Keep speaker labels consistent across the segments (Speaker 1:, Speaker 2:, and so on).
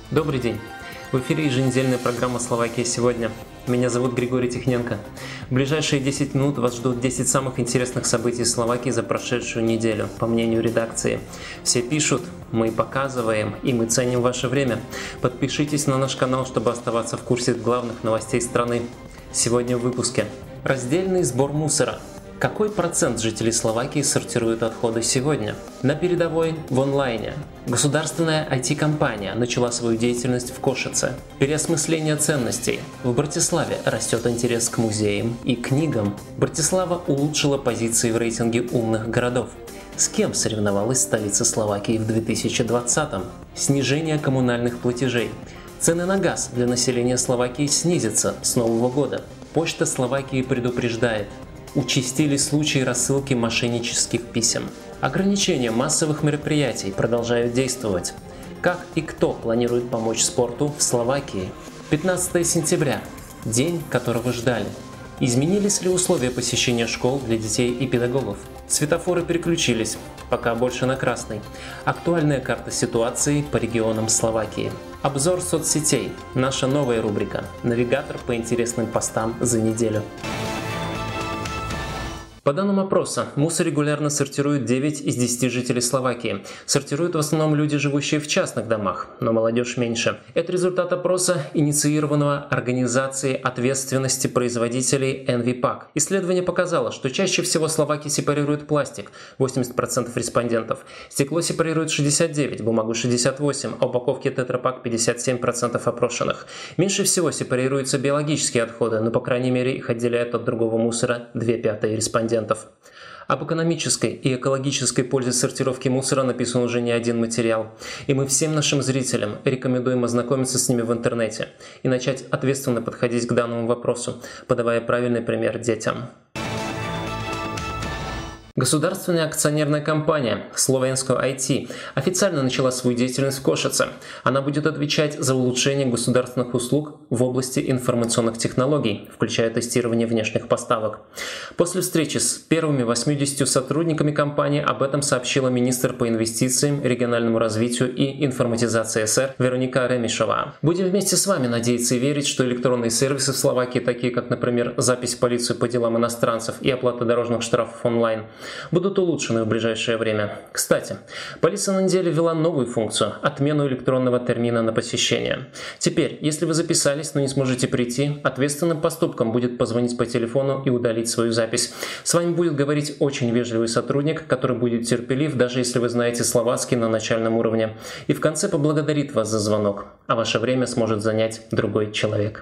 Speaker 1: Добрый день! В эфире еженедельная программа «Словакия сегодня». Меня зовут Григорий Тихненко. В ближайшие 10 минут вас ждут 10 самых интересных событий Словакии за прошедшую неделю, по мнению редакции. Все пишут, мы показываем и мы ценим ваше время. Подпишитесь на наш канал, чтобы оставаться в курсе главных новостей страны. Сегодня в выпуске. Раздельный сбор мусора. Какой процент жителей Словакии сортируют отходы сегодня? На передовой в онлайне. Государственная IT-компания начала свою деятельность в Кошице. Переосмысление ценностей. В Братиславе растет интерес к музеям и книгам. Братислава улучшила позиции в рейтинге умных городов. С кем соревновалась столица Словакии в 2020-м? Снижение коммунальных платежей. Цены на газ для населения Словакии снизятся с Нового года. Почта Словакии предупреждает. Участились случаи рассылки мошеннических писем. Ограничения массовых мероприятий продолжают действовать. Как и кто планирует помочь спорту в Словакии? 15 сентября. День, которого ждали. Изменились ли условия посещения школ для детей и педагогов? Светофоры переключились, пока больше на красный. Актуальная карта ситуации по регионам Словакии. Обзор соцсетей. Наша новая рубрика. Навигатор по интересным постам за неделю. По данным опроса, мусор регулярно сортируют 9 из 10 жителей Словакии. Сортируют в основном люди, живущие в частных домах, но молодежь меньше. Это результат опроса, инициированного Организацией ответственности производителей EnviPack. Исследование показало, что чаще всего словаки сепарируют пластик – 80% респондентов, стекло сепарируют 69%, бумагу 68%, а упаковки тетрапак – 57% опрошенных. Меньше всего сепарируются биологические отходы, но по крайней мере их отделяют от другого мусора 2/5 респондентов. Об экономической и экологической пользе сортировки мусора написан уже не один материал, и мы всем нашим зрителям рекомендуем ознакомиться с ними в интернете и начать ответственно подходить к данному вопросу, подавая правильный пример детям. Государственная акционерная компания Slovensko IT официально начала свою деятельность в Кошице. Она будет отвечать за улучшение государственных услуг в области информационных технологий, включая тестирование внешних поставок. После встречи с первыми 80 сотрудниками компании об этом сообщила министр по инвестициям, региональному развитию и информатизации СР Вероника Ремишова. Будем вместе с вами надеяться и верить, что электронные сервисы в Словакии, такие как, например, запись в полицию по делам иностранцев и оплата дорожных штрафов онлайн, будут улучшены в ближайшее время. Кстати, полиция на неделе ввела новую функцию – отмену электронного термина на посещение. Теперь, если вы записались, но не сможете прийти, ответственным поступком будет позвонить по телефону и удалить свою запись. С вами будет говорить очень вежливый сотрудник, который будет терпелив, даже если вы знаете словацкий на начальном уровне, и в конце поблагодарит вас за звонок, а ваше время сможет занять другой человек.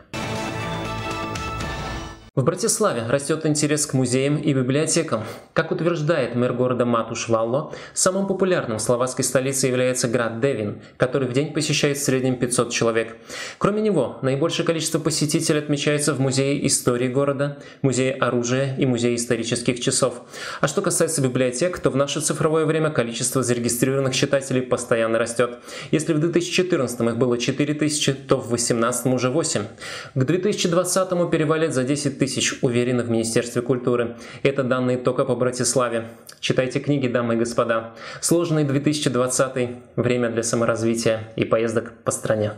Speaker 1: В Братиславе растет интерес к музеям и библиотекам. Как утверждает мэр города Матуш Валло, самым популярным в словацкой столице является Град Девин, который в день посещает в среднем 500 человек. Кроме него, наибольшее количество посетителей отмечается в Музее истории города, Музее оружия и Музее исторических часов. А что касается библиотек, то в наше цифровое время количество зарегистрированных читателей постоянно растет. Если в 2014 их было 4000, то в 2018 уже 8. К 2020 перевалит за 10 тысяч, уверены в Министерстве культуры. Это данные только по Братиславе. Читайте книги, дамы и господа. Сложный 2020, время для саморазвития и поездок по стране.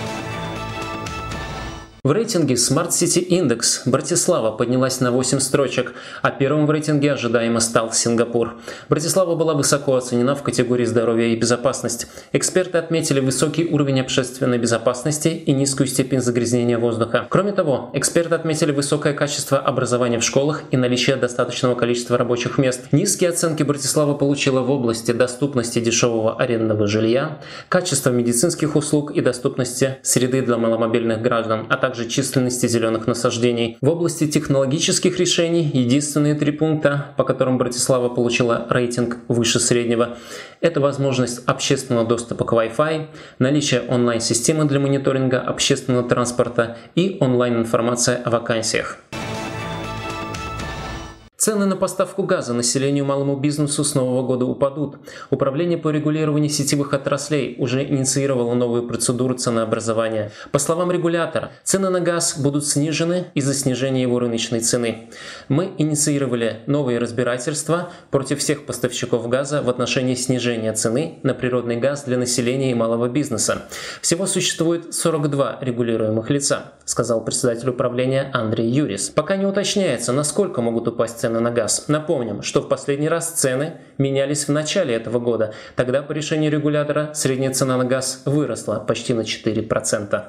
Speaker 1: В рейтинге Smart City Index Братислава поднялась на 8 строчек, а первым в рейтинге ожидаемо стал Сингапур. Братислава была высоко оценена в категории здоровья и безопасность. Эксперты отметили высокий уровень общественной безопасности и низкую степень загрязнения воздуха. Кроме того, эксперты отметили высокое качество образования в школах и наличие достаточного количества рабочих мест. Низкие оценки Братислава получила в области доступности дешевого арендного жилья, качества медицинских услуг и доступности среды для маломобильных граждан, а также численности зеленых насаждений. В области технологических решений единственные 3 пункта, по которым Братислава получила рейтинг выше среднего, это возможность общественного доступа к Wi-Fi, наличие онлайн-системы для мониторинга общественного транспорта и онлайн-информация о вакансиях. Цены на поставку газа населению и малому бизнесу с нового года упадут. Управление по регулированию сетевых отраслей уже инициировало новую процедуру ценообразования. По словам регулятора, цены на газ будут снижены из-за снижения его рыночной цены. Мы инициировали новые разбирательства против всех поставщиков газа в отношении снижения цены на природный газ для населения и малого бизнеса. Всего существует 42 регулируемых лица, сказал председатель управления Андрей Юрис. Пока не уточняется, насколько могут упасть цены на газ. Напомним, что в последний раз цены менялись в начале этого года. Тогда по решению регулятора средняя цена на газ выросла почти на 4%.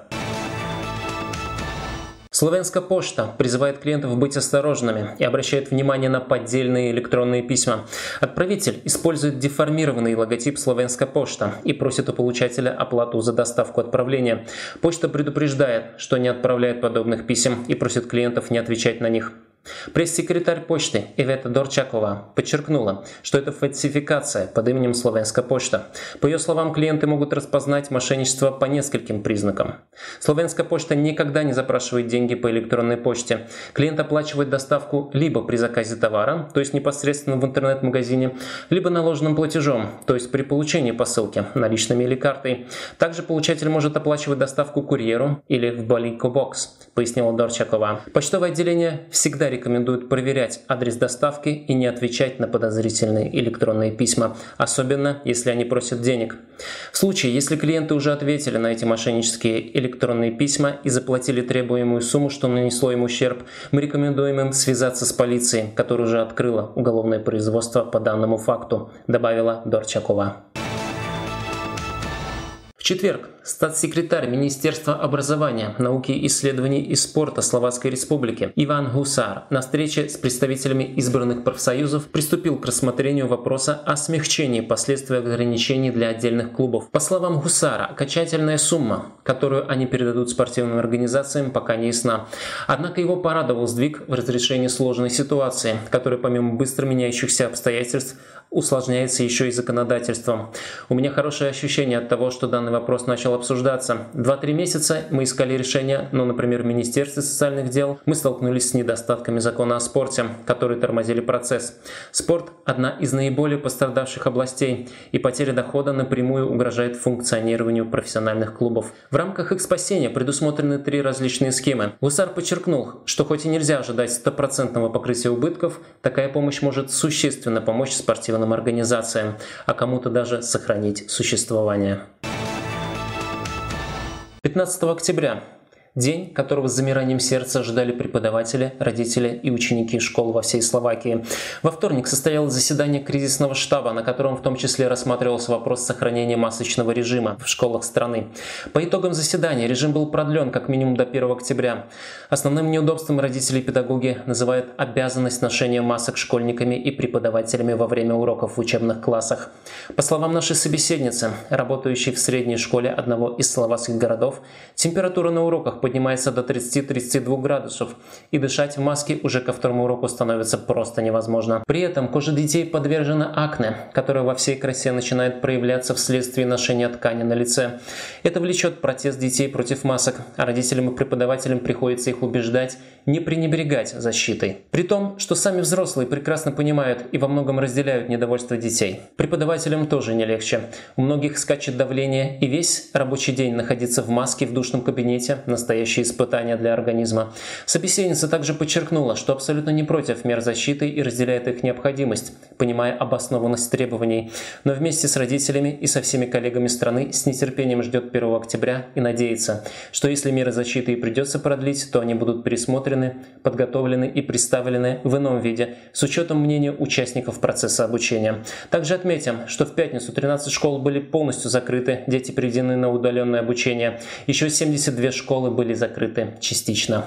Speaker 1: Словенская почта призывает клиентов быть осторожными и обращает внимание на поддельные электронные письма. Отправитель использует деформированный логотип «Словенская почта» и просит у получателя оплату за доставку отправления. Почта предупреждает, что не отправляет подобных писем и просит клиентов не отвечать на них. Пресс-секретарь почты Ивета Дорчакова подчеркнула, что это фальсификация под именем «Словенская почта». По ее словам, клиенты могут распознать мошенничество по нескольким признакам. «Словенская почта» никогда не запрашивает деньги по электронной почте. Клиент оплачивает доставку либо при заказе товара, то есть непосредственно в интернет-магазине, либо наложенным платежом, то есть при получении посылки наличными или картой. Также получатель может оплачивать доставку курьеру или в Балико-бокс, пояснила Дорчакова. Почтовое отделение всегда рекомендуют проверять адрес доставки и не отвечать на подозрительные электронные письма, особенно если они просят денег. В случае, если клиенты уже ответили на эти мошеннические электронные письма и заплатили требуемую сумму, что нанесло им ущерб, мы рекомендуем им связаться с полицией, которая уже открыла уголовное производство по данному факту, добавила Дорчакова. В четверг статс-секретарь Министерства образования, науки, исследований и спорта Словацкой Республики Иван Гусар на встрече с представителями избранных профсоюзов приступил к рассмотрению вопроса о смягчении последствий ограничений для отдельных клубов. По словам Гусара, окончательная сумма, которую они передадут спортивным организациям, пока не ясна. Однако его порадовал сдвиг в разрешении сложной ситуации, которая помимо быстро меняющихся обстоятельств усложняется еще и законодательством. У меня хорошее ощущение от того, что данный вопрос начал обсуждаться. 2-3 месяца мы искали решения, но, например, в Министерстве социальных дел мы столкнулись с недостатками закона о спорте, которые тормозили процесс. Спорт – одна из наиболее пострадавших областей, и потеря дохода напрямую угрожает функционированию профессиональных клубов. В рамках их спасения предусмотрены 3 различные схемы. Гусар подчеркнул, что хоть и нельзя ожидать 100% покрытия убытков, такая помощь может существенно помочь спортивным организациям, а кому-то даже сохранить существование. 15 октября. День, которого с замиранием сердца ждали преподаватели, родители и ученики школ во всей Словакии. Во вторник состоялось заседание кризисного штаба, на котором в том числе рассматривался вопрос сохранения масочного режима в школах страны. По итогам заседания режим был продлен как минимум до 1 октября. Основным неудобством родители и педагоги называют обязанность ношения масок школьниками и преподавателями во время уроков в учебных классах. По словам нашей собеседницы, работающей в средней школе одного из словацких городов, температура на уроках поднимается до 30-32 градусов, и дышать в маске уже ко второму уроку становится просто невозможно. При этом кожа детей подвержена акне, которая во всей красе начинает проявляться вследствие ношения ткани на лице. Это влечет протест детей против масок, а родителям и преподавателям приходится их убеждать не пренебрегать защитой. При том, что сами взрослые прекрасно понимают и во многом разделяют недовольство детей. Преподавателям тоже не легче. У многих скачет давление, и весь рабочий день находиться в маске в душном кабинете – настоящее испытание для организма. Собеседница также подчеркнула, что абсолютно не против мер защиты и разделяет их необходимость, понимая обоснованность требований, но вместе с родителями и со всеми коллегами страны с нетерпением ждет 1 октября и надеется, что если меры защиты и придется продлить, то они будут пересмотрены, подготовлены и представлены в ином виде, с учетом мнения участников процесса обучения. Также отметим, что в пятницу 13 школ были полностью закрыты, дети переведены на удаленное обучение. Еще 72 школы были закрыты частично.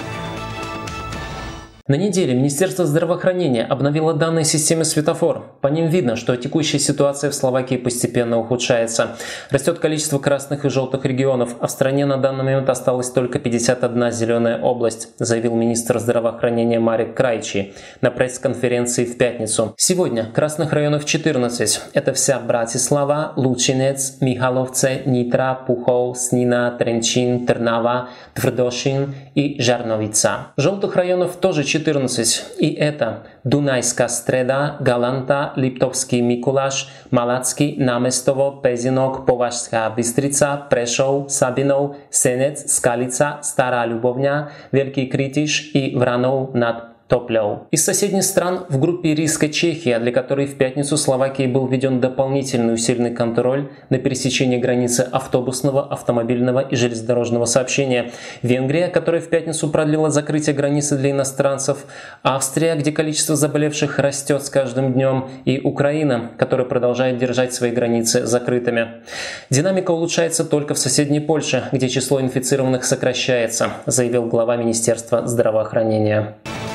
Speaker 1: На неделе Министерство здравоохранения обновило данные системы светофор. По ним видно, что текущая ситуация в Словакии постепенно ухудшается. Растет количество красных и желтых регионов, а в стране на данный момент осталась только 51 зеленая область, заявил министр здравоохранения Марек Крайчи на пресс-конференции в пятницу. Сегодня красных районов 14. Это вся Братислава, Лучинец, Михаловце, Нитра, Пухов, Снина, Тренчин, Трнава, Твердошин и Жарновица. Желтых районов тоже 14. 14. И это Dunajska Streda, Galanta, Liptovský Mikuláš, Malacký, Námestovo, Pezinok, Považská Bystrica, Prešov, Sabinov, Senec, Skalica, Stará Ľubovňa, Veľký Kritiš и Vranov nad Топлёв. Из соседних стран в группе риска Чехия, для которой в пятницу Словакии был введен дополнительный усиленный контроль на пересечении границы автобусного, автомобильного и железнодорожного сообщения. Венгрия, которая в пятницу продлила закрытие границы для иностранцев. Австрия, где количество заболевших растет с каждым днем. И Украина, которая продолжает держать свои границы закрытыми. Динамика улучшается только в соседней Польше, где число инфицированных сокращается, заявил глава Министерства здравоохранения.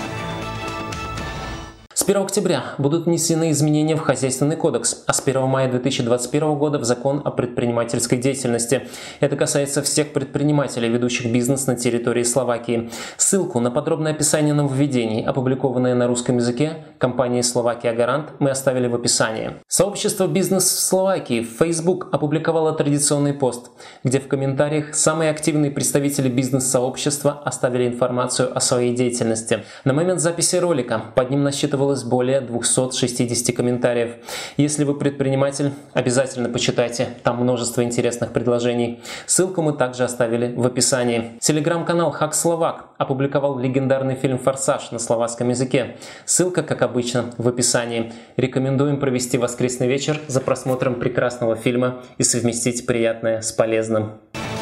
Speaker 1: С 1 октября будут внесены изменения в Хозяйственный кодекс, а с 1 мая 2021 года в Закон о предпринимательской деятельности. Это касается всех предпринимателей, ведущих бизнес на территории Словакии. Ссылку на подробное описание нововведений, опубликованное на русском языке компанией «Словакия Гарант», мы оставили в описании. Сообщество «Бизнес в Словакии» в Facebook опубликовало традиционный пост, где в комментариях самые активные представители бизнес-сообщества оставили информацию о своей деятельности. На момент записи ролика под ним насчитывалось более 260 комментариев. Если вы предприниматель, обязательно почитайте, там множество интересных предложений. Ссылку мы также оставили в описании. Телеграм-канал Хак Словак опубликовал легендарный фильм «Форсаж» на словацком языке. Ссылка, как обычно, в описании. Рекомендуем провести воскресный вечер за просмотром прекрасного фильма и совместить приятное с полезным.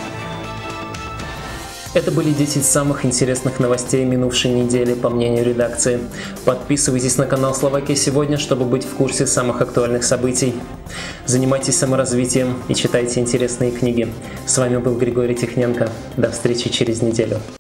Speaker 1: Это были 10 самых интересных новостей минувшей недели, по мнению редакции. Подписывайтесь на канал Словакия сегодня, чтобы быть в курсе самых актуальных событий. Занимайтесь саморазвитием и читайте интересные книги. С вами был Григорий Тихненко. До встречи через неделю.